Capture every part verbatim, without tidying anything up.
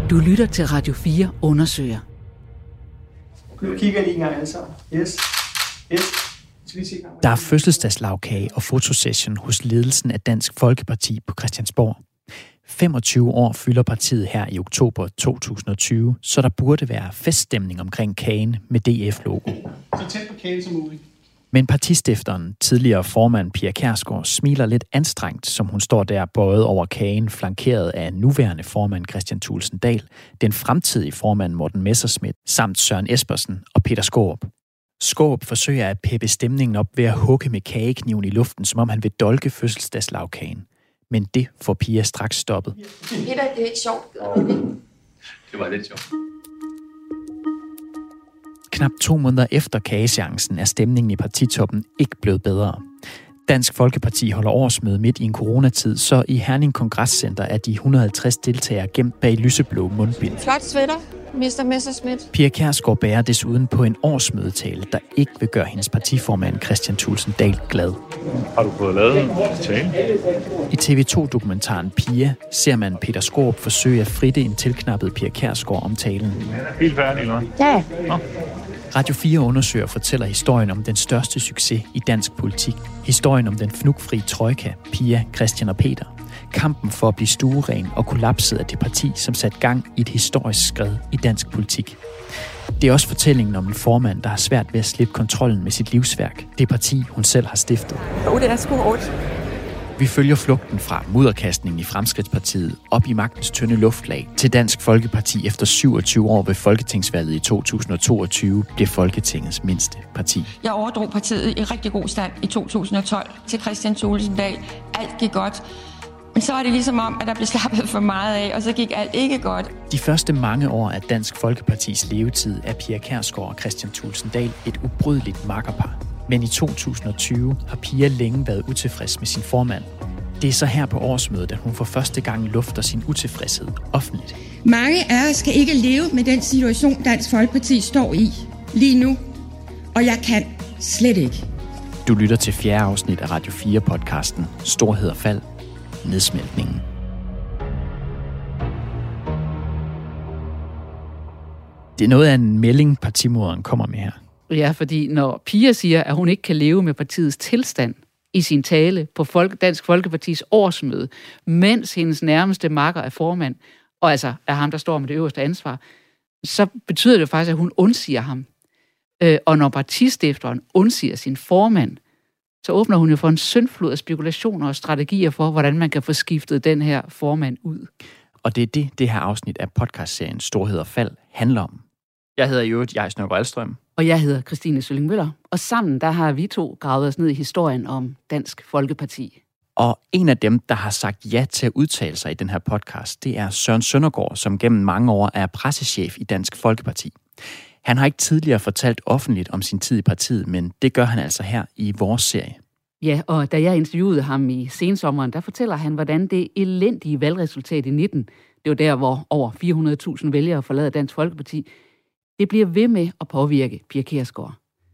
Du lytter til Radio fire undersøger. Nu kigger lige en gang alle sammen. Yes. Yes. Der er fødselsdagslagkage og fotosession hos ledelsen af Dansk Folkeparti på Christiansborg. femogtyve år fylder partiet her i oktober to tusind og tyve, så der burde være feststemning omkring kagen med D F-logo. Så tæt på kagen som muligt. Men partistifteren, tidligere formand Pia Kjærsgaard, smiler lidt anstrengt, som hun står der bøjet over kagen, flankeret af nuværende formand Kristian Thulesen Dahl, den fremtidige formand Morten Messerschmidt, samt Søren Espersen og Peter Skaarup. Skaarup forsøger at peppe stemningen op ved at hugge med kagekniven i luften, som om han vil dolke fødselsdagslagkagen. Men det får Pia straks stoppet. Peter, det er ikke sjovt. Det var lidt sjovt. Knap to måneder efter kageseancen er stemningen i partitoppen ikke blevet bedre. Dansk Folkeparti holder årsmøde midt i en coronatid, så i Herning Kongresscenter er de et hundrede og halvtreds deltagere gemt bag lyseblå mundbind. Flot sweater, mister Messerschmidt. Pia Kjærsgaard bærer desuden på en årsmødetale, der ikke vil gøre hendes partiformand Kristian Thulesen Dahl glad. Har du fået lavet en tale? I T V to-dokumentaren Pia ser man Peter Skaarup forsøge at fritte en tilknappet Pia Kjærsgaard om talen. Helt færdig, eller? Ja. Nå. Radio fire undersøger fortæller historien om den største succes i dansk politik. Historien om den fnugfri trojka, Pia, Christian og Peter. Kampen for at blive stueren og kollapset af det parti, som satte gang i et historisk skred i dansk politik. Det er også fortællingen om en formand, der har svært ved at slippe kontrollen med sit livsværk. Det parti, hun selv har stiftet. Åh, oh, det er sgu hårdt. Vi følger flugten fra mudderkastningen i Fremskridtspartiet op i magtens tynde luftlag til Dansk Folkeparti efter syvogtyve år ved folketingsvalget i to tusind og toogtyve bliver Folketingets mindste parti. Jeg overdrog partiet i rigtig god stand i to tusind og tolv til Kristian Thulesen Dahl. Alt gik godt. Men så var det ligesom om, at der blev slappet for meget af, og så gik alt ikke godt. De første mange år af Dansk Folkepartis levetid er Pia Kjærsgaard og Kristian Thulesen Dahl et ubrydeligt makkerpar. Men i to tusind og tyve har Pia længe været utilfreds med sin formand. Det er så her på årsmødet, at hun for første gang lufter sin utilfredshed offentligt. Mange af os skal ikke leve med den situation, Dansk Folkeparti står i lige nu. Og jeg kan slet ikke. Du lytter til fjerde afsnit af Radio fire-podcasten Storhed og Fald. Nedsmeltningen. Det er noget af en melding, partimoderen kommer med her. Ja, fordi når Pia siger, at hun ikke kan leve med partiets tilstand i sin tale på Folk- Dansk Folkepartis årsmøde, mens hendes nærmeste makker er formand, og altså er ham, der står med det øverste ansvar, så betyder det faktisk, at hun undsiger ham. Og når partistifteren undsiger sin formand, så åbner hun jo for en syndflod af spekulationer og strategier for, hvordan man kan få skiftet den her formand ud. Og det er det, det her afsnit af podcastserien Storhed og Fald handler om. Jeg hedder i øvrigt Jais Nørgaard-Alstrøm. Og jeg hedder Christine Sølling-Møller. Og sammen der har vi to gravet os ned i historien om Dansk Folkeparti. Og en af dem, der har sagt ja til at udtale sig i den her podcast, det er Søren Søndergaard, som gennem mange år er pressechef i Dansk Folkeparti. Han har ikke tidligere fortalt offentligt om sin tid i partiet, men det gør han altså her i vores serie. Ja, og da jeg interviewede ham i sensommeren, der fortæller han, hvordan det elendige valgresultat i nitten, det var der, hvor over fire hundrede tusind vælgere forlader Dansk Folkeparti, det bliver ved med at påvirke Pia Kjærsgaard.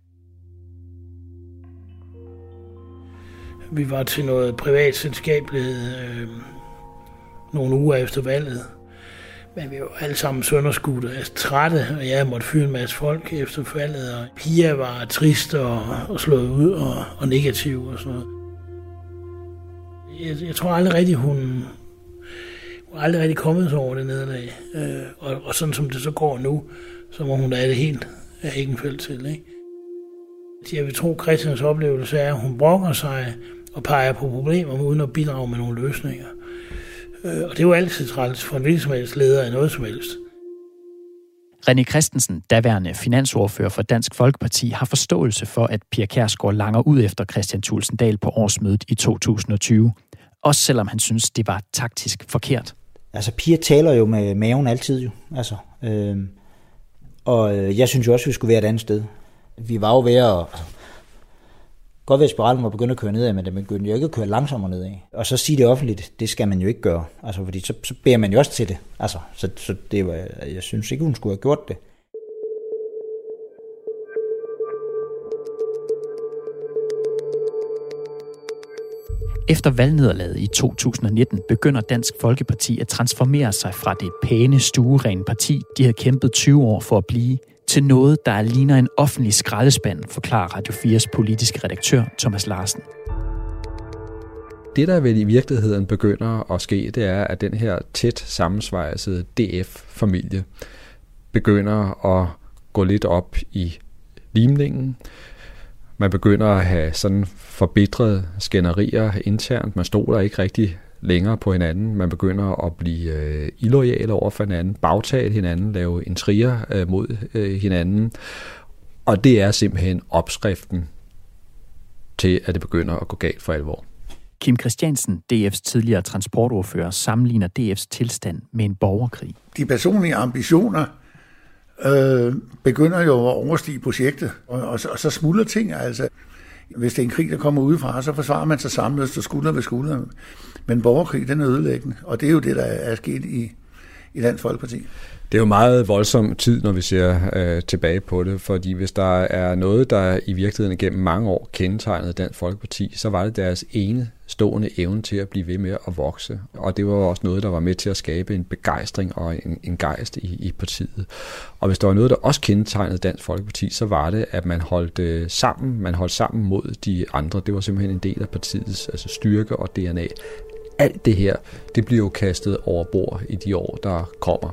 Vi var til noget privatselskabelighed øh, nogle uger efter valget. Men vi var alle sammen sønderskudt og trætte, og jeg måtte fyre en masse folk efter valget. Og Pia var trist og, og slået ud og, og negativ og sådan noget. Jeg, jeg tror aldrig rigtig, hun, hun aldrig rigtig kommet sig over det nederlag. Øh, og, og sådan som det så går nu, så må hun da have det helt af egen felt til. Ikke? Jeg vil tro, Christians oplevelse er, at hun brokker sig og peger på problemer uden at bidrage med nogle løsninger. Og det er jo altid træls for en virksomhedsleder af noget som helst. René Christensen, daværende finansordfører for Dansk Folkeparti, har forståelse for, at Pia Kjærsgaard langer ud efter Kristian Thulesen Dahl på årsmødet i to tusind og tyve. Også selvom han synes, det var taktisk forkert. Altså, Pia taler jo med maven altid jo. Altså, øh, og jeg synes jo også, at vi skulle være et andet sted. Vi var jo ved at... Altså, godt ved, at spiralen var begyndt at køre nedad, men det begyndte jo ikke at køre langsommere nedad. Og så sige det offentligt, det skal man jo ikke gøre. Altså, fordi så, så beder man jo også til det. Altså, så, så det var, jeg synes ikke, hun skulle have gjort det. Efter valgnederlaget i to tusind nitten begynder Dansk Folkeparti at transformere sig fra det pæne, stuerene parti, de havde kæmpet tyve år for at blive, til noget, der ligner en offentlig skraldespand, forklarer Radio fires politiske redaktør Thomas Larsen. Det, der vel i virkeligheden begynder at ske, det er, at den her tæt sammensvejsede D F-familie begynder at gå lidt op i limningen. Man begynder at have sådan forbitrede skænderier internt. Man stoler ikke rigtig længere på hinanden. Man begynder at blive øh, illoyale over for hinanden, bagtale hinanden, lave intriger øh, mod øh, hinanden. Og det er simpelthen opskriften til, at det begynder at gå galt for alvor. Kim Christiansen, D F's tidligere transportordfører, sammenligner D F's tilstand med en borgerkrig. De personlige ambitioner øh, begynder jo at overstige projektet, og, og, og så smuldrer ting. Altså, hvis det er en krig, der kommer udefra, så forsvarer man sig samlet, så skulder ved skulder. Men borgerkrig, den er ødelæggende, og det er jo det, der er sket i, i Dansk Folkeparti. Det er jo meget voldsom tid, når vi ser øh, tilbage på det, fordi hvis der er noget, der i virkeligheden gennem mange år kendetegnede Dansk Folkeparti, så var det deres ene stående evne til at blive ved med at vokse. Og det var også noget, der var med til at skabe en begejstring og en, en gejst i, i partiet. Og hvis der var noget, der også kendetegnede Dansk Folkeparti, så var det, at man holdt øh, sammen, man holdt sammen mod de andre. Det var simpelthen en del af partiets altså styrke og D N A. Alt det her, det bliver jo kastet over bord i de år, der kommer.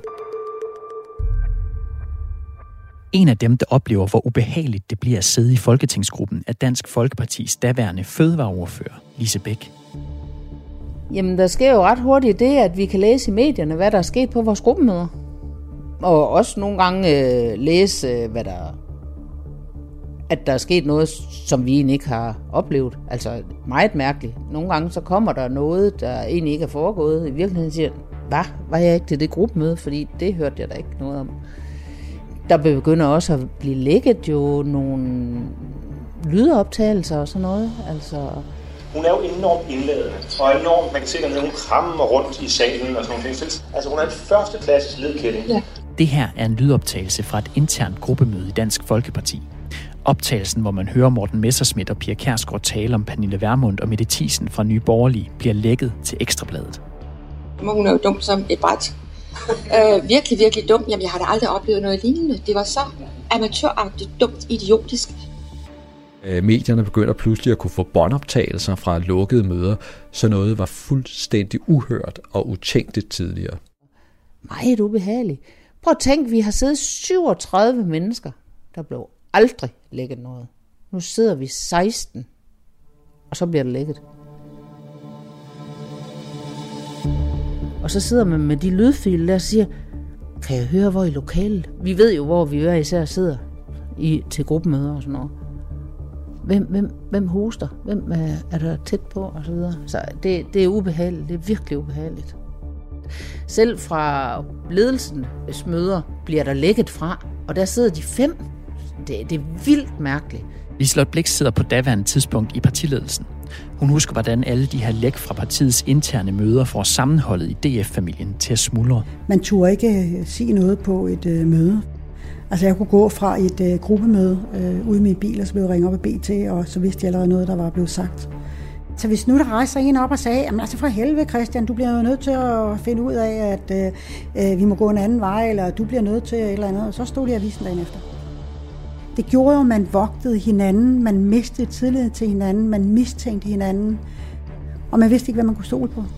En af dem, der oplever, hvor ubehageligt det bliver at sidde i folketingsgruppen, er Dansk Folkepartis daværende fødevareordfører, Lise Bæk. Jamen, der sker jo ret hurtigt det, at vi kan læse i medierne, hvad der er sket på vores gruppemøder. Og også nogle gange øh, læse, øh, hvad der, at der er sket noget, som vi egentlig ikke har oplevet. Altså meget mærkeligt. Nogle gange så kommer der noget, der egentlig ikke er foregået. I virkeligheden siger hvad? Var jeg ikke til det gruppemøde? Fordi det hørte jeg da ikke noget om. Der begynder også at blive lækket jo nogle lydoptagelser og sådan noget. Altså hun er jo enormt indladende, og enormt, man kan se dernede, hun krammer rundt i salen og sådan noget. Altså hun er en førsteklasses ledkælling. Ja. Det her er en lydoptagelse fra et internt gruppemøde i Dansk Folkeparti. Optagelsen, hvor man hører Morten Messerschmidt og Pia Kjærsgaard tale om Pernille Vermund og Mette Thiesen fra Nye Borgerlige, bliver lækket til Ekstrabladet. Hun er jo dum som et bræt. øh, virkelig, virkelig dum. Jamen, jeg har da aldrig oplevet noget lignende. Det var så amatøragtigt, dumt, idiotisk. Medierne begynder pludselig at kunne få båndoptagelser fra lukkede møder, så noget var fuldstændig uhørt og utænkeligt tidligere. Meget ubehageligt. Prøv at tænke, vi har siddet syvogtredive mennesker, der blev aldrig lækket noget. Nu sidder vi seksten, og så bliver det lækket. Og så sidder man med de lydfiler der og siger, kan jeg høre, hvor i lokalet? Vi ved jo, hvor vi hver især sidder i, til gruppemøder og sådan noget. Hvem, hvem, hvem hoster? Hvem er, er der tæt på? Og så videre. Så det, det er ubehageligt. Det er virkelig ubehageligt. Selv fra ledelsens møder bliver der lækket fra, og der sidder de fem. Det, det er vildt mærkeligt. Liselott Blixt sidder på daværende tidspunkt i partiledelsen. Hun husker, hvordan alle de her læk fra partiets interne møder får sammenholdet i D F-familien til at smuldre. Man turde ikke sige noget på et øh, møde. Altså jeg kunne gå fra et øh, gruppemøde øh, ude i min bil, og så blev jeg ringet op af B T, og så vidste jeg allerede noget, der var blevet sagt. Så hvis nu der rejser en op og sagde, jamen altså for helvede Christian, du bliver jo nødt til at finde ud af, at øh, vi må gå en anden vej, eller du bliver nødt til et eller andet, og så stod det i avisen dagen efter. Det gjorde jo, at man vogtede hinanden, man mistede tillid til hinanden, man mistænkte hinanden, og man vidste ikke, hvad man kunne stole på.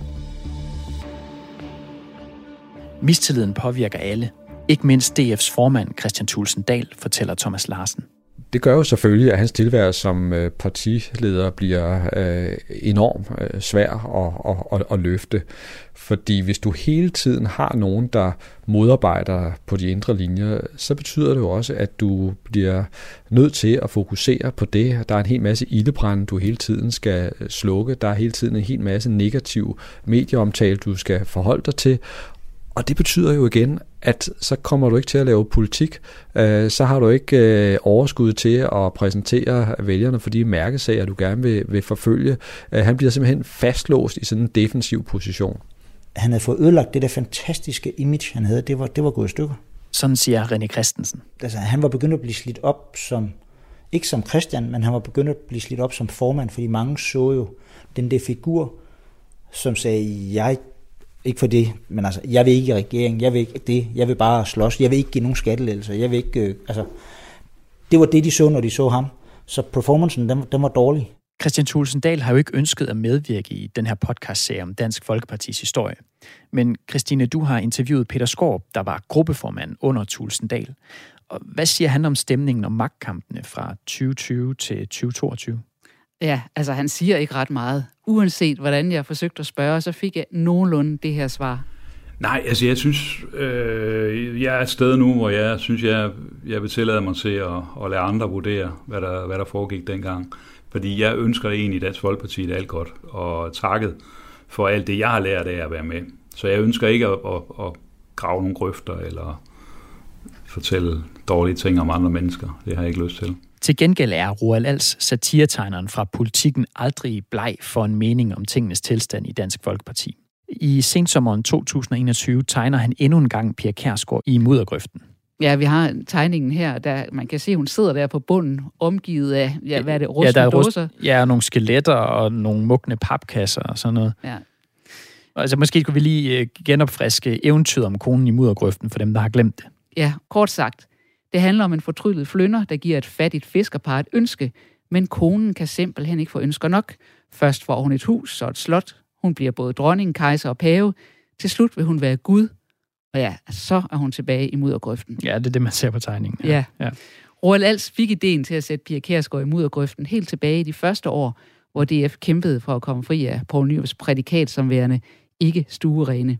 Mistilliden påvirker alle. Ikke mindst D F's formand Kristian Thulesen Dahl, fortæller Thomas Larsen. Det gør jo selvfølgelig, at hans tilværelse som partileder bliver øh, enormt øh, svær at, at, at, at løfte. Fordi hvis du hele tiden har nogen, der modarbejder på de indre linjer, så betyder det jo også, at du bliver nødt til at fokusere på det. Der er en hel masse ildebrænde, du hele tiden skal slukke. Der er hele tiden en hel masse negativ medieomtale, du skal forholde dig til. Og det betyder jo igen, at så kommer du ikke til at lave politik, så har du ikke overskud til at præsentere vælgerne for de mærkesager, du gerne vil, vil forfølge. Han bliver simpelthen fastlåst i sådan en defensiv position. Han havde fået ødelagt det der fantastiske image, han havde. Det var, det var gået i stykker. Sådan siger René Christensen. Altså, han var begyndt at blive slidt op som, ikke som Christian, men han var begyndt at blive slidt op som formand, fordi mange så jo den der figur, som sagde, jeg ikke for det, men altså, jeg vil ikke i regeringen, jeg vil ikke det, jeg vil bare slås, jeg vil ikke give nogen skattelettelser, jeg vil ikke, øh, altså, det var det, de så, når de så ham. Så performancen, den, den var dårlig. Christian Thulesen Dahl har jo ikke ønsket at medvirke i den her podcast-serie om Dansk Folkepartis historie. Men Christine, du har interviewet Peter Skaarup, der var gruppeformand under Thulesen Dahl. Og hvad siger han om stemningen og magtkampene fra tyve tyve til tyve toogtyve? Ja, altså han siger ikke ret meget. Uanset hvordan jeg forsøgte at spørge, så fik jeg nogenlunde det her svar. Nej, altså jeg synes, øh, jeg er et sted nu, hvor jeg synes, jeg, jeg vil tillade mig til at, at lade andre vurdere, hvad der, hvad der foregik dengang. Fordi jeg ønsker egentlig Dansk Folkeparti det alt godt, og takket for alt det, jeg har lært af at være med. Så jeg ønsker ikke at, at, at grave nogle grøfter, eller fortælle dårlige ting om andre mennesker. Det har jeg ikke lyst til. Til gengæld er Roald Als, satiretegneren fra Politikken, aldrig bleg for en mening om tingenes tilstand i Dansk Folkeparti. I sensommeren to tusind og enogtyve tegner han endnu en gang Pia Kjærsgaard i muddergrøften. Ja, vi har tegningen her, der man kan se, at hun sidder der på bunden, omgivet af, ja, hvad er det, rustne ja, dåser? Rust, ja, nogle skeletter og nogle mugne papkasser og sådan noget. Ja. Altså, måske skulle vi lige genopfriske eventyret om konen i muddergrøften for dem, der har glemt det. Ja, kort sagt. Det handler om en fortrydet flynder, der giver et fattigt fiskerpar et ønske, men konen kan simpelthen ikke få ønsker nok. Først får hun et hus og et slot. Hun bliver både dronning, kejser og pave. Til slut vil hun være Gud. Og ja, så er hun tilbage i muddergrøften. Ja, det er det, man ser på tegningen. Ja. ja. Roald Als fik ideen til at sætte Pia Kjærsgaard i muddergrøften helt tilbage i de første år, hvor D F kæmpede for at komme fri af Poul Nyrups prædikat som værende ikke stuerene.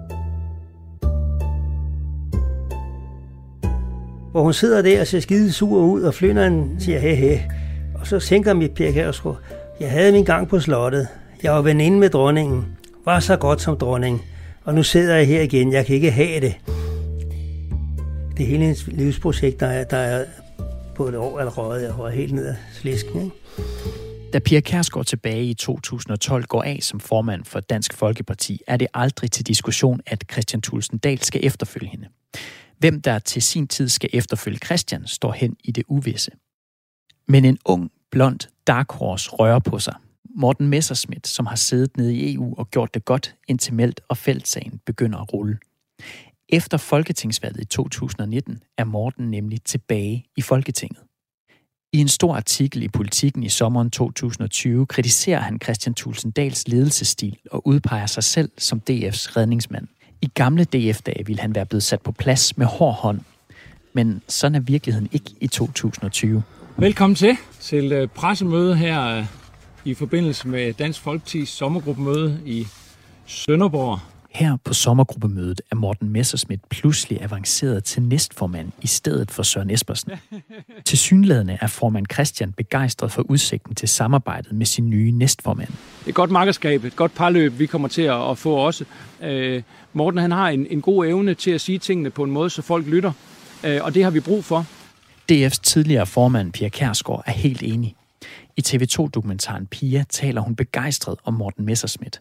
Hvor hun sidder der og ser skide sur ud, og flynderen siger he he. Og så tænker mit Pia Kjærsgaard, jeg havde min gang på slottet. Jeg var veninde med dronningen. Var så godt som dronning. Og nu sidder jeg her igen. Jeg kan ikke have det. Det hele hendes livsprojekt, der er, der er på et år allerede, jeg var helt ned ad slisken, ikke? Da Pia Kjærsgaard tilbage i to tusind og tolv går af som formand for Dansk Folkeparti, er det aldrig til diskussion, at Christian Thulesen Dahl skal efterfølge hende. Hvem der til sin tid skal efterfølge Christian, står hen i det uvisse. Men en ung, blond dark horse rører på sig. Morten Messerschmidt, som har siddet nede i E U og gjort det godt, indtil Meldt og Feltsagen begynder at rulle. Efter folketingsvalget i to tusind og nitten er Morten nemlig tilbage i Folketinget. I en stor artikel i Politikken i sommeren to tusind og tyve kritiserer han Christian Thulesen Dahls ledelsesstil og udpeger sig selv som D F's redningsmand. I gamle D F-dage ville han være blevet sat på plads med hård hånd. Men sådan er virkeligheden ikke i to tusind og tyve. Velkommen til til pressemøde her i forbindelse med Dansk Folkepartis sommergruppemøde i Sønderborg. Her på sommergruppemødet er Morten Messerschmidt pludselig avanceret til næstformand i stedet for Søren Espersen. Tilsyneladende er formand Christian begejstret for udsigten til samarbejdet med sin nye næstformand. Et godt makkerskab, et godt parløb, vi kommer til at få også. Øh, Morten han har en, en god evne til at sige tingene på en måde, så folk lytter, øh, og det har vi brug for. D F's tidligere formand Pia Kjærsgaard er helt enig. I T V to-dokumentaren Pia taler hun begejstret om Morten Messerschmidt.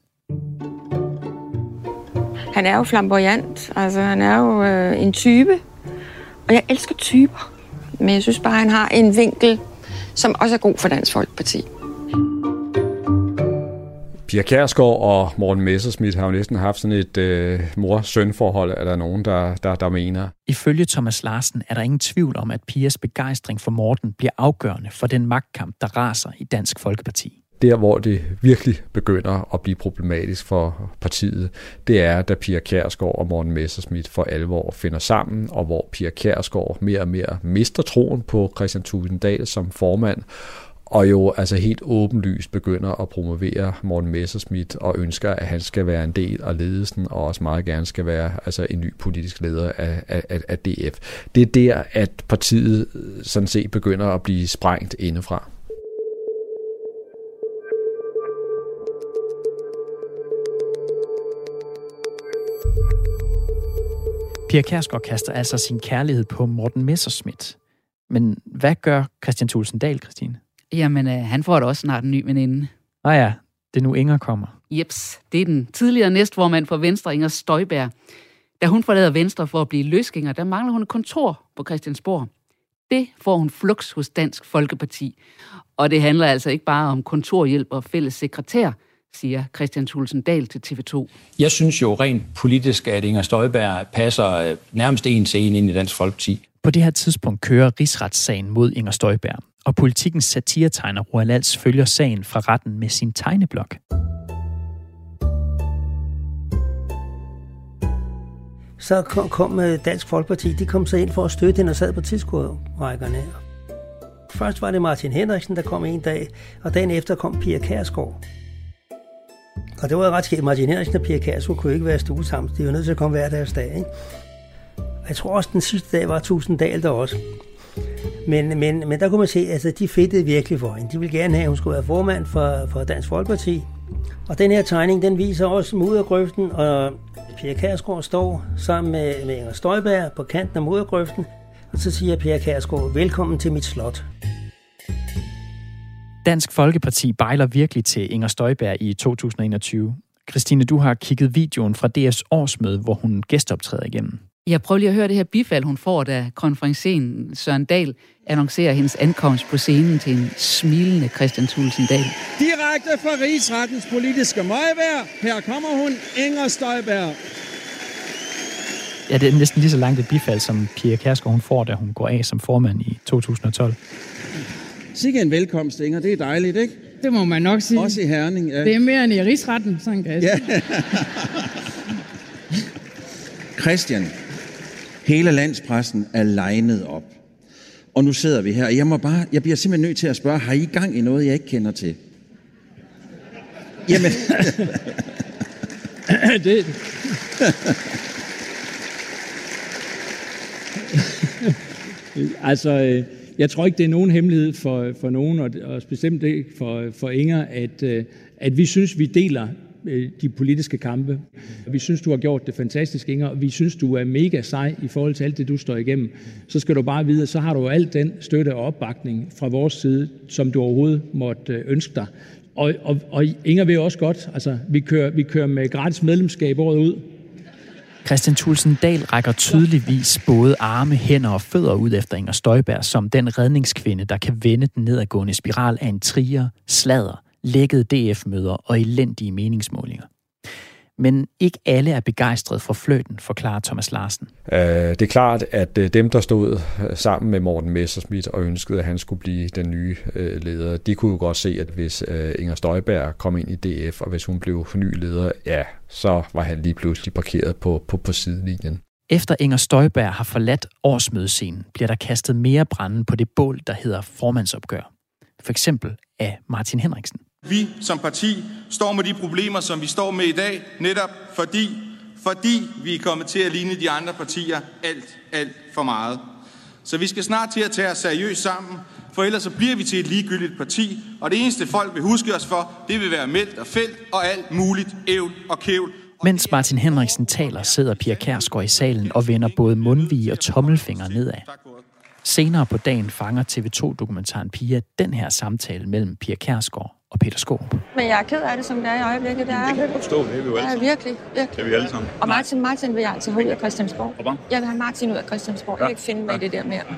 Han er jo flamboyant, altså han er jo øh, en type, og jeg elsker typer. Men jeg synes bare, han har en vinkel, som også er god for Dansk Folkeparti. Pia Kjærsgaard og Morten Messerschmidt har jo næsten haft sådan et øh, mor-søn-forhold, er der nogen, der, der, der mener. Ifølge Thomas Larsen er der ingen tvivl om, at Pias begejstring for Morten bliver afgørende for den magtkamp, der raser i Dansk Folkeparti. Der, hvor det virkelig begynder at blive problematisk for partiet, det er, da Pia Kjærsgaard og Morten Messerschmidt for alvor finder sammen, og hvor Pia Kjærsgaard mere og mere mister troen på Christian Thulesen Dahl som formand, og jo altså helt åbenlyst begynder at promovere Morten Messerschmidt og ønsker, at han skal være en del af ledelsen, og også meget gerne skal være altså en ny politisk leder af, af, af D F. Det er der, at partiet sådan set begynder at blive sprængt indefra. Pia Kjærsgaard kaster altså sin kærlighed på Morten Messerschmidt. Men hvad gør Christian Thulesen Dahl, Christine? Jamen, øh, han får da også snart en ny veninde. Ah ja, det er nu Inger kommer. Jeps, det er den tidligere næstformand for Venstre, Inger Støjberg. Da hun forlader Venstre for at blive løsgænger, der mangler hun et kontor på Christiansborg. Det får hun flux hos Dansk Folkeparti. Og det handler altså ikke bare om kontorhjælp og fælles sekretær, siger Kristian Thulesen Dahl til T V to. Jeg synes jo rent politisk, at Inger Støjberg passer nærmest en til en ind i Dansk Folkeparti. På det her tidspunkt kører rigsretssagen mod Inger Støjberg, og Politikens satiretegner Roald Als følger sagen fra retten med sin tegneblok. Så kom, kom Dansk Folkeparti, de kom så ind for at støtte hende og sad på tilskuerrækkerne. Først var det Martin Henriksen, der kom en dag, og dagen efter kom Pia Kjærsgaard. Og det var ret skægt. Martin Henriksen og Pia Kjærsgaard kunne ikke være stue sammen. De var nødt til at komme hver deres dag, ikke? Jeg tror også, den sidste dag var Thulesen Dahl der også. Men, men, men der kunne man se, at altså, de fedtede virkelig for hende. De ville gerne have, at hun skulle være formand for, for Dansk Folkeparti. Og den her tegning, den viser også muddergrøften, og Pia Kjærsgaard står sammen med, med Inger Støjberg på kanten af muddergrøften, og så siger Pia Kjærsgaard, velkommen til mit slot. Dansk Folkeparti bejler virkelig til Inger Støjberg i to tusind og enogtyve. Christine, du har kigget videoen fra D F's årsmøde, hvor hun gæsteoptræder igennem. Jeg prøver lige at høre det her bifald, hun får, da konferencen Søren Dahl annoncerer hendes ankomst på scenen til en smilende Kristian Thulesen Dahl. Direkte fra Rigsrettens politiske møgvær, her kommer hun, Inger Støjberg. Ja, det er næsten lige så langt et bifald, som Pia Kjærsgaard hun får, da hun går af som formand i to tusind og tolv. Sikke en velkomst, Inger. Det er dejligt, ikke? Det må man nok sige. Også i Herning, ja. Det er mere end i Rigsretten, sådan kan jeg sige. Ja. Christian, hele landspressen er legnet op. Og nu sidder vi her, og jeg, må bare, jeg bliver simpelthen nødt til at spørge, har I gang i noget, jeg ikke kender til? Jamen... det... altså, jeg tror ikke, det er nogen hemmelighed for, for nogen, og, og specielt ikke for, for Inger, at, at vi synes, vi deler de politiske kampe. Vi synes, du har gjort det fantastisk, Inger, og vi synes, du er mega sej i forhold til alt det, du står igennem. Så skal du bare vide, så har du alt den støtte og opbakning fra vores side, som du overhovedet måtte ønske dig. Og, og, og Inger vil også godt, altså vi kører, vi kører med gratis medlemskab året ud. Kristian Thulesen Dahl rækker tydeligvis både arme, hænder og fødder ud efter Inger Støjberg som den redningskvinde, der kan vende den nedadgående spiral af intriger, sladder, lækkede D F-møder og elendige meningsmålinger. Men ikke alle er begejstrede for fløten, forklarer Thomas Larsen. Det er klart, at dem, der stod sammen med Morten Messerschmidt og ønskede, at han skulle blive den nye leder, de kunne jo godt se, at hvis Inger Støjberg kom ind i D F, og hvis hun blev ny leder, ja, så var han lige pludselig parkeret på, på, på sidelinjen. Efter Inger Støjberg har forladt årsmødescenen, bliver der kastet mere brænde på det bål, der hedder formandsopgør. For eksempel af Martin Henriksen. Vi som parti står med de problemer, som vi står med i dag, netop fordi, fordi vi er kommet til at ligne de andre partier alt, alt for meget. Så vi skal snart til at tage os seriøst sammen, for ellers så bliver vi til et ligegyldigt parti, og det eneste folk vil huske os for, det vil være Meldt og Felt og alt muligt ævl og kævl. Mens Martin Henriksen taler, sidder Pia Kjærsgaard i salen og vender både mundvige og tommelfinger nedad. Senere på dagen fanger T V to-dokumentaren Pia den her samtale mellem Pia Kjærsgaard og Peter Skaarup. Men jeg er ked af det, som det er i øjeblikket. Det, er. det kan jeg godt forstå, det er vi jo alle sammen. Ja, virkelig, virkelig. Det er vi alle sammen. Og Martin, Martin vil jeg altid have ud af Christiansborg. Og hvad? Jeg vil have Martin ud af Christiansborg. Ja. Jeg vil ikke finde mig ja. i det der mere.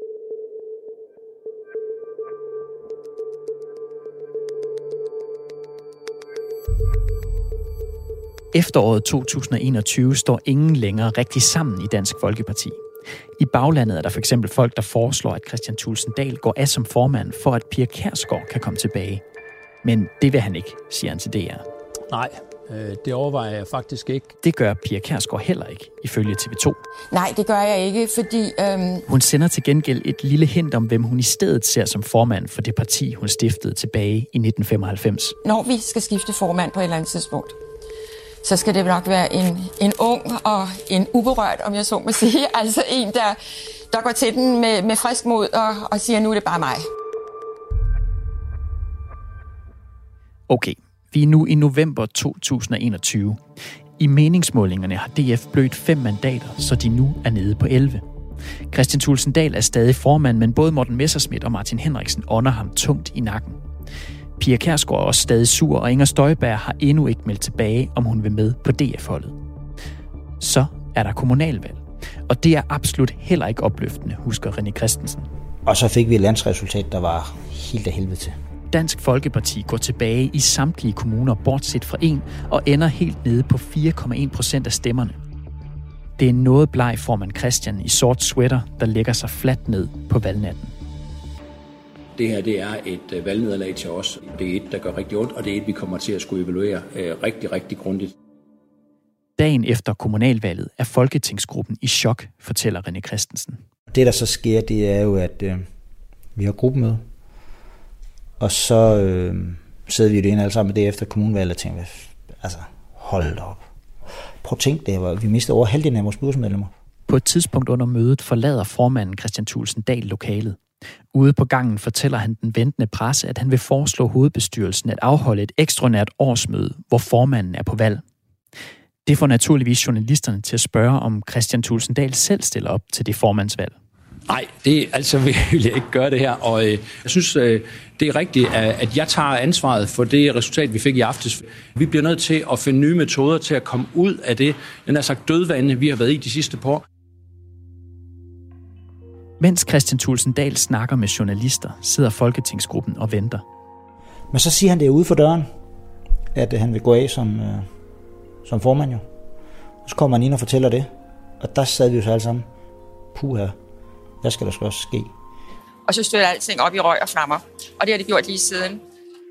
Efteråret to tusind og enogtyve står ingen længere rigtig sammen i Dansk Folkeparti. I baglandet er der for eksempel folk, der foreslår, at Kristian Thulesen Dahl går af som formand, for at Pia Kjærsgaard kan komme tilbage. Men det vil han ikke, siger han til D R. Nej, øh, det overvejer jeg faktisk ikke. Det gør Pia Kjærsgaard heller ikke, ifølge T V to. Nej, det gør jeg ikke, fordi... Øhm... Hun sender til gengæld et lille hint om, hvem hun i stedet ser som formand for det parti, hun stiftede tilbage i nitten femoghalvfems. Når vi skal skifte formand på et eller andet tidspunkt, så skal det nok være en, en ung og en uberørt, om jeg så må sige. Altså en, der, der går til den med, med frisk mod og, og siger, nu er det bare mig. Okay, vi er nu i november to tusind og enogtyve. I meningsmålingerne har D F blødt fem mandater, så de nu er nede på elleve. Kristian Thulesen Dahl er stadig formand, men både Morten Messerschmidt og Martin Henriksen ånder ham tungt i nakken. Pia Kjærsgaard er også stadig sur, og Inger Støjberg har endnu ikke meldt tilbage, om hun vil med på D F-holdet. Så er der kommunalvalg. Og det er absolut heller ikke opløftende, husker René Christensen. Og så fik vi et landsresultat, der var helt af helvede til. Dansk Folkeparti går tilbage i samtlige kommuner, bortset fra en, og ender helt nede på fire komma en procent af stemmerne. Det er noget bleg formand Christian i sort sweater, der lægger sig fladt ned på valgnatten. Det her, det er et valgnederlag til os. Det er et, der gør rigtig ondt, og det er et, vi kommer til at skulle evaluere øh, rigtig, rigtig grundigt. Dagen efter kommunalvalget er Folketingsgruppen i chok, fortæller René Christensen. Det, der så sker, det er jo, at øh, vi har gruppemøde, og så øh, sidder vi jo det ene alle sammen med det efter kommunalvalget og tænker, altså hold da op. Prøv at tænke det, vi mistede over halvdelen af vores byrådsmedlemmer. På et tidspunkt under mødet forlader formanden Christian Thulesen Dahl lokalet. Ude på gangen fortæller han den ventende presse, at han vil foreslå hovedbestyrelsen at afholde et ekstraordinært årsmøde, hvor formanden er på valg. Det får naturligvis journalisterne til at spørge, om Christian Thulesen Dahl selv stiller op til det formandsvalg. Nej, det altså vil jeg ikke gøre det her, og øh, jeg synes, øh, det er rigtigt, at jeg tager ansvaret for det resultat, vi fik i aftes. Vi bliver nødt til at finde nye metoder til at komme ud af det, den er sagt dødvande, vi har været i de sidste par år. Mens Christian Thulesen Dahl snakker med journalister, sidder Folketingsgruppen og venter. Men så siger han det ude for døren, at han vil gå af som, øh, som formand jo. Og så kommer han ind og fortæller det, og der sad vi jo så alle sammen. Puh her. Hvad skal der så også ske? Og så støtter alting op i røg og flammer. Og det har det gjort lige siden.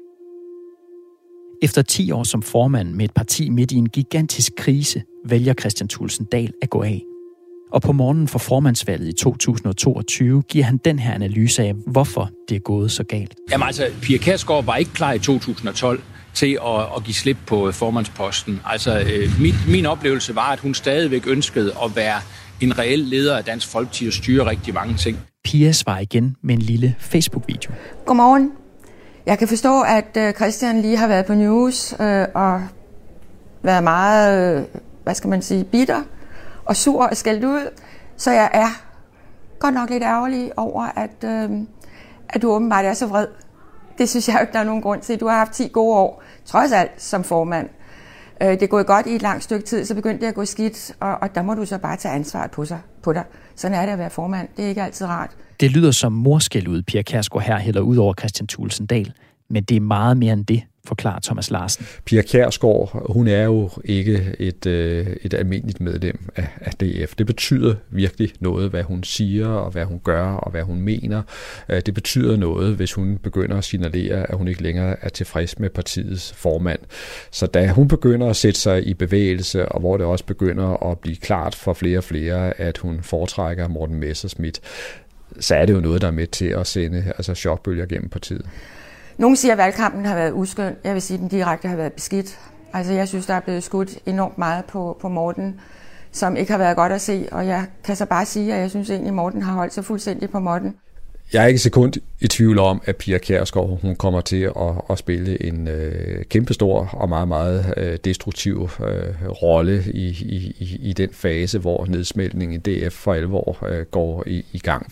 Efter ti år som formand med et parti midt i en gigantisk krise, vælger Christian Thulesen Dahl at gå af. Og på morgenen for formandsvalget i to tusind og toogtyve giver han den her analyse af, hvorfor det er gået så galt. Jamen altså, Pia Kjærsgaard var ikke klar i to tusind og tolv til at, at give slip på formandsposten. Altså, øh, min, min oplevelse var, at hun stadigvæk ønskede at være en reel leder af Dansk Folkeparti og styre rigtig mange ting. Pia svarer igen med en lille Facebook-video. Godmorgen. Jeg kan forstå, at Christian lige har været på news øh, og været meget, øh, hvad skal man sige, bitter og sur og skældt ud. Så jeg er godt nok lidt ærgerlig over, at, øh, at du åbenbart er så vred. Det synes jeg jo ikke, der er nogen grund til. Du har haft ti gode år, trods alt som formand. Det er gået godt i et langt stykke tid, så begyndte det at gå skidt, og, og der må du så bare tage ansvaret på, sig, på dig. Sådan er det at være formand. Det er ikke altid rart. Det lyder som morskæld ud, Pia Kjærsgaard her hælder ud over Christian Thulesen Dahl. Men det er meget mere end det, forklarer Thomas Larsen. Pia Kjærsgaard, hun er jo ikke et, øh, et almindeligt medlem af, af D F. Det betyder virkelig noget, hvad hun siger, og hvad hun gør, og hvad hun mener. Det betyder noget, hvis hun begynder at signalere, at hun ikke længere er tilfreds med partiets formand. Så da hun begynder at sætte sig i bevægelse, og hvor det også begynder at blive klart for flere og flere, at hun foretrækker Morten Messerschmidt, så er det jo noget, der er med til at sende altså chokbølger gennem partiet. Nogle siger, at valgkampen har været uskøn. Jeg vil sige, at den direkte har været beskidt. Altså, jeg synes, der er blevet skudt enormt meget på, på Morten, som ikke har været godt at se. Og jeg kan så bare sige, at jeg synes egentlig, at Morten har holdt sig fuldstændig på måtten. Jeg er ikke sekund i tvivl om, at Pia Kjærsgaard, hun kommer til at, at spille en øh, kæmpestor og meget, meget øh, destruktiv øh, rolle i, i, i den fase, hvor nedsmeltningen i D F for alvor øh, går i, i gang.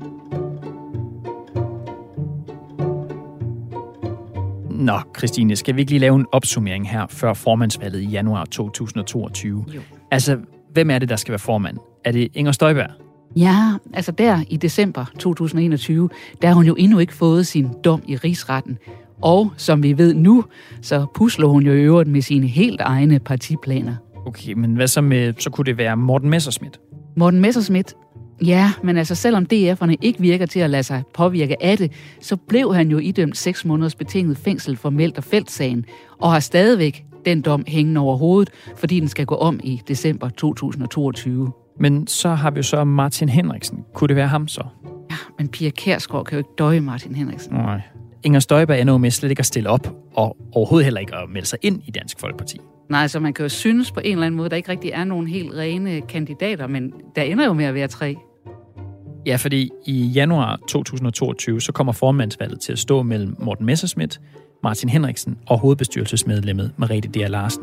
Nå, Christine, skal vi ikke lige lave en opsummering her før formandsvalget i januar to tusind og toogtyve? Jo. Altså, hvem er det, der skal være formand? Er det Inger Støjberg? Ja, altså der i december to tusind og enogtyve, der har hun jo endnu ikke fået sin dom i rigsretten. Og som vi ved nu, så pusler hun jo i øvrigt med sine helt egne partiplaner. Okay, men hvad så med, så kunne det være Morten Messerschmidt? Morten Messerschmidt? Ja, men altså selvom D F'erne ikke virker til at lade sig påvirke af det, så blev han jo idømt seks måneders betinget fængsel for Meldt- og Felt-sagen, og har stadigvæk den dom hængende over hovedet, fordi den skal gå om i december to tusind og toogtyve. Men så har vi jo så Martin Henriksen. Kunne det være ham så? Ja, men Pia Kjærsgaard kan jo ikke døje Martin Henriksen. Nej. Inger Støjberg ender jo med slet ikke at stille op, og overhovedet heller ikke at melde sig ind i Dansk Folkeparti. Nej, så man kan jo synes på en eller anden måde, der ikke rigtig er nogen helt rene kandidater, men der ender jo med at være tre. Ja, fordi i januar to tusind og toogtyve, så kommer formandsvalget til at stå mellem Morten Messerschmidt, Martin Henriksen og hovedbestyrelsesmedlemmet Merete Dea Larsen.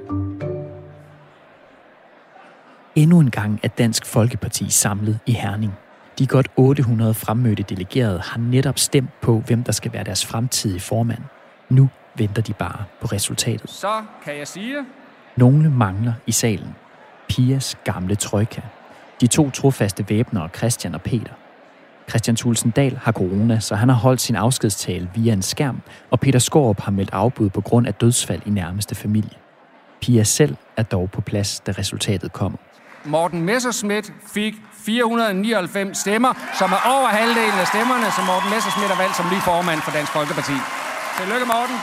Endnu en gang er Dansk Folkeparti samlet i Herning. De godt otte hundrede fremmødte delegerede har netop stemt på, hvem der skal være deres fremtidige formand. Nu venter de bare på resultatet. Så kan jeg sige... Nogle mangler i salen. Pias gamle trojka. De to trofaste væbnere, Christian og Peter. Christian Thulesen Dahl har corona, så han har holdt sin afskedstale via en skærm, og Peter Skaarup har meldt afbud på grund af dødsfald i nærmeste familie. Pia selv er dog på plads, da resultatet kommer. Morten Messerschmidt fik fire hundrede og nioghalvfems stemmer, som er over halvdelen af stemmerne, som Morten Messerschmidt er valgt som ny formand for Dansk Folkeparti. Tillykke, Morten.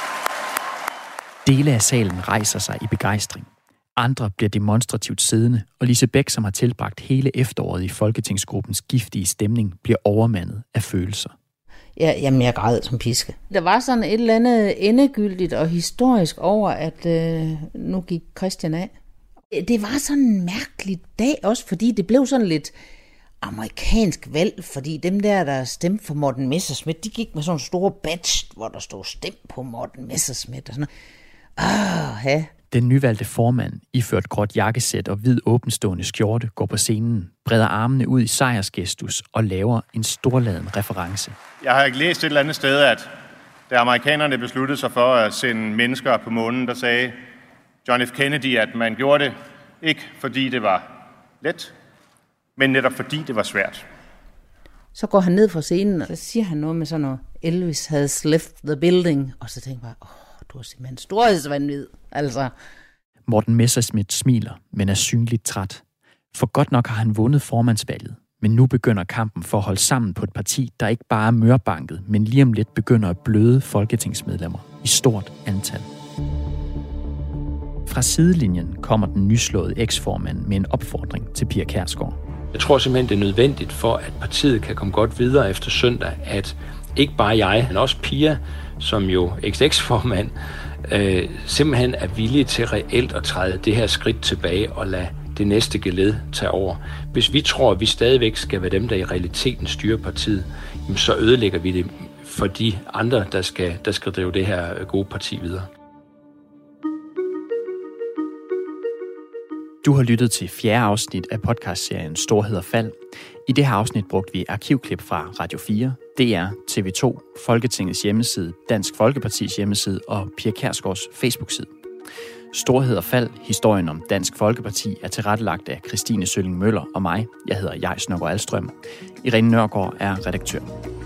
Dele af salen rejser sig i begejstring. Andre bliver demonstrativt siddende, og Lise Bech, som har tilbragt hele efteråret i Folketingsgruppens giftige stemning, bliver overmandet af følelser. Ja, jamen, jeg græd som piske. Der var sådan et eller andet endegyldigt og historisk over, at øh, nu gik Christian af. Det var sådan en mærkelig dag også, fordi det blev sådan lidt amerikansk valg, fordi dem der, der stemte for Morten Messerschmidt, de gik med sådan en stor badge, hvor der stod stem på Morten Messerschmidt og sådan noget. Ah, ja. Den nyvalgte formand, iført gråt jakkesæt og hvid åbenstående skjorte, går på scenen, breder armene ud i sejrsgestus og laver en storladen reference. Jeg har ikke læst et eller andet sted, at da amerikanerne besluttede sig for at sende mennesker på månen, der sagde John F. Kennedy, at man gjorde det ikke fordi det var let, men netop fordi det var svært. Så går han ned fra scenen, og så siger han noget med sådan noget, Elvis has left the building, og så tænker jeg, åh, du er simpelthen storhedsvanvid, altså. Morten Messerschmidt smiler, men er synligt træt. For godt nok har han vundet formandsvalget, men nu begynder kampen for at holde sammen på et parti, der ikke bare er mørbanket, men lige om lidt begynder at bløde folketingsmedlemmer i stort antal. Fra sidelinjen kommer den nyslåede eksformand med en opfordring til Pia Kjærsgaard. Jeg tror simpelthen, det er nødvendigt for, at partiet kan komme godt videre efter søndag, at ikke bare jeg, men også Pia, som jo X X-formand, øh, simpelthen er villige til reelt at træde det her skridt tilbage og lade det næste geled tage over. Hvis vi tror, at vi stadigvæk skal være dem, der i realiteten styrer partiet, så ødelægger vi det for de andre, der skal, der skal drive det her gode parti videre. Du har lyttet til fjerde afsnit af podcastserien Storhed og Fald. I det her afsnit brugte vi arkivklip fra Radio fire, D R, T V to, Folketingets hjemmeside, Dansk Folkepartis hjemmeside og Pia Kjærsgaards Facebook-side. Storhed og Fald, historien om Dansk Folkeparti, er tilrettelagt af Christine Sølling Møller og mig. Jeg hedder Jais Nørgaard Alstrøm. Irene Nørgaard er redaktør.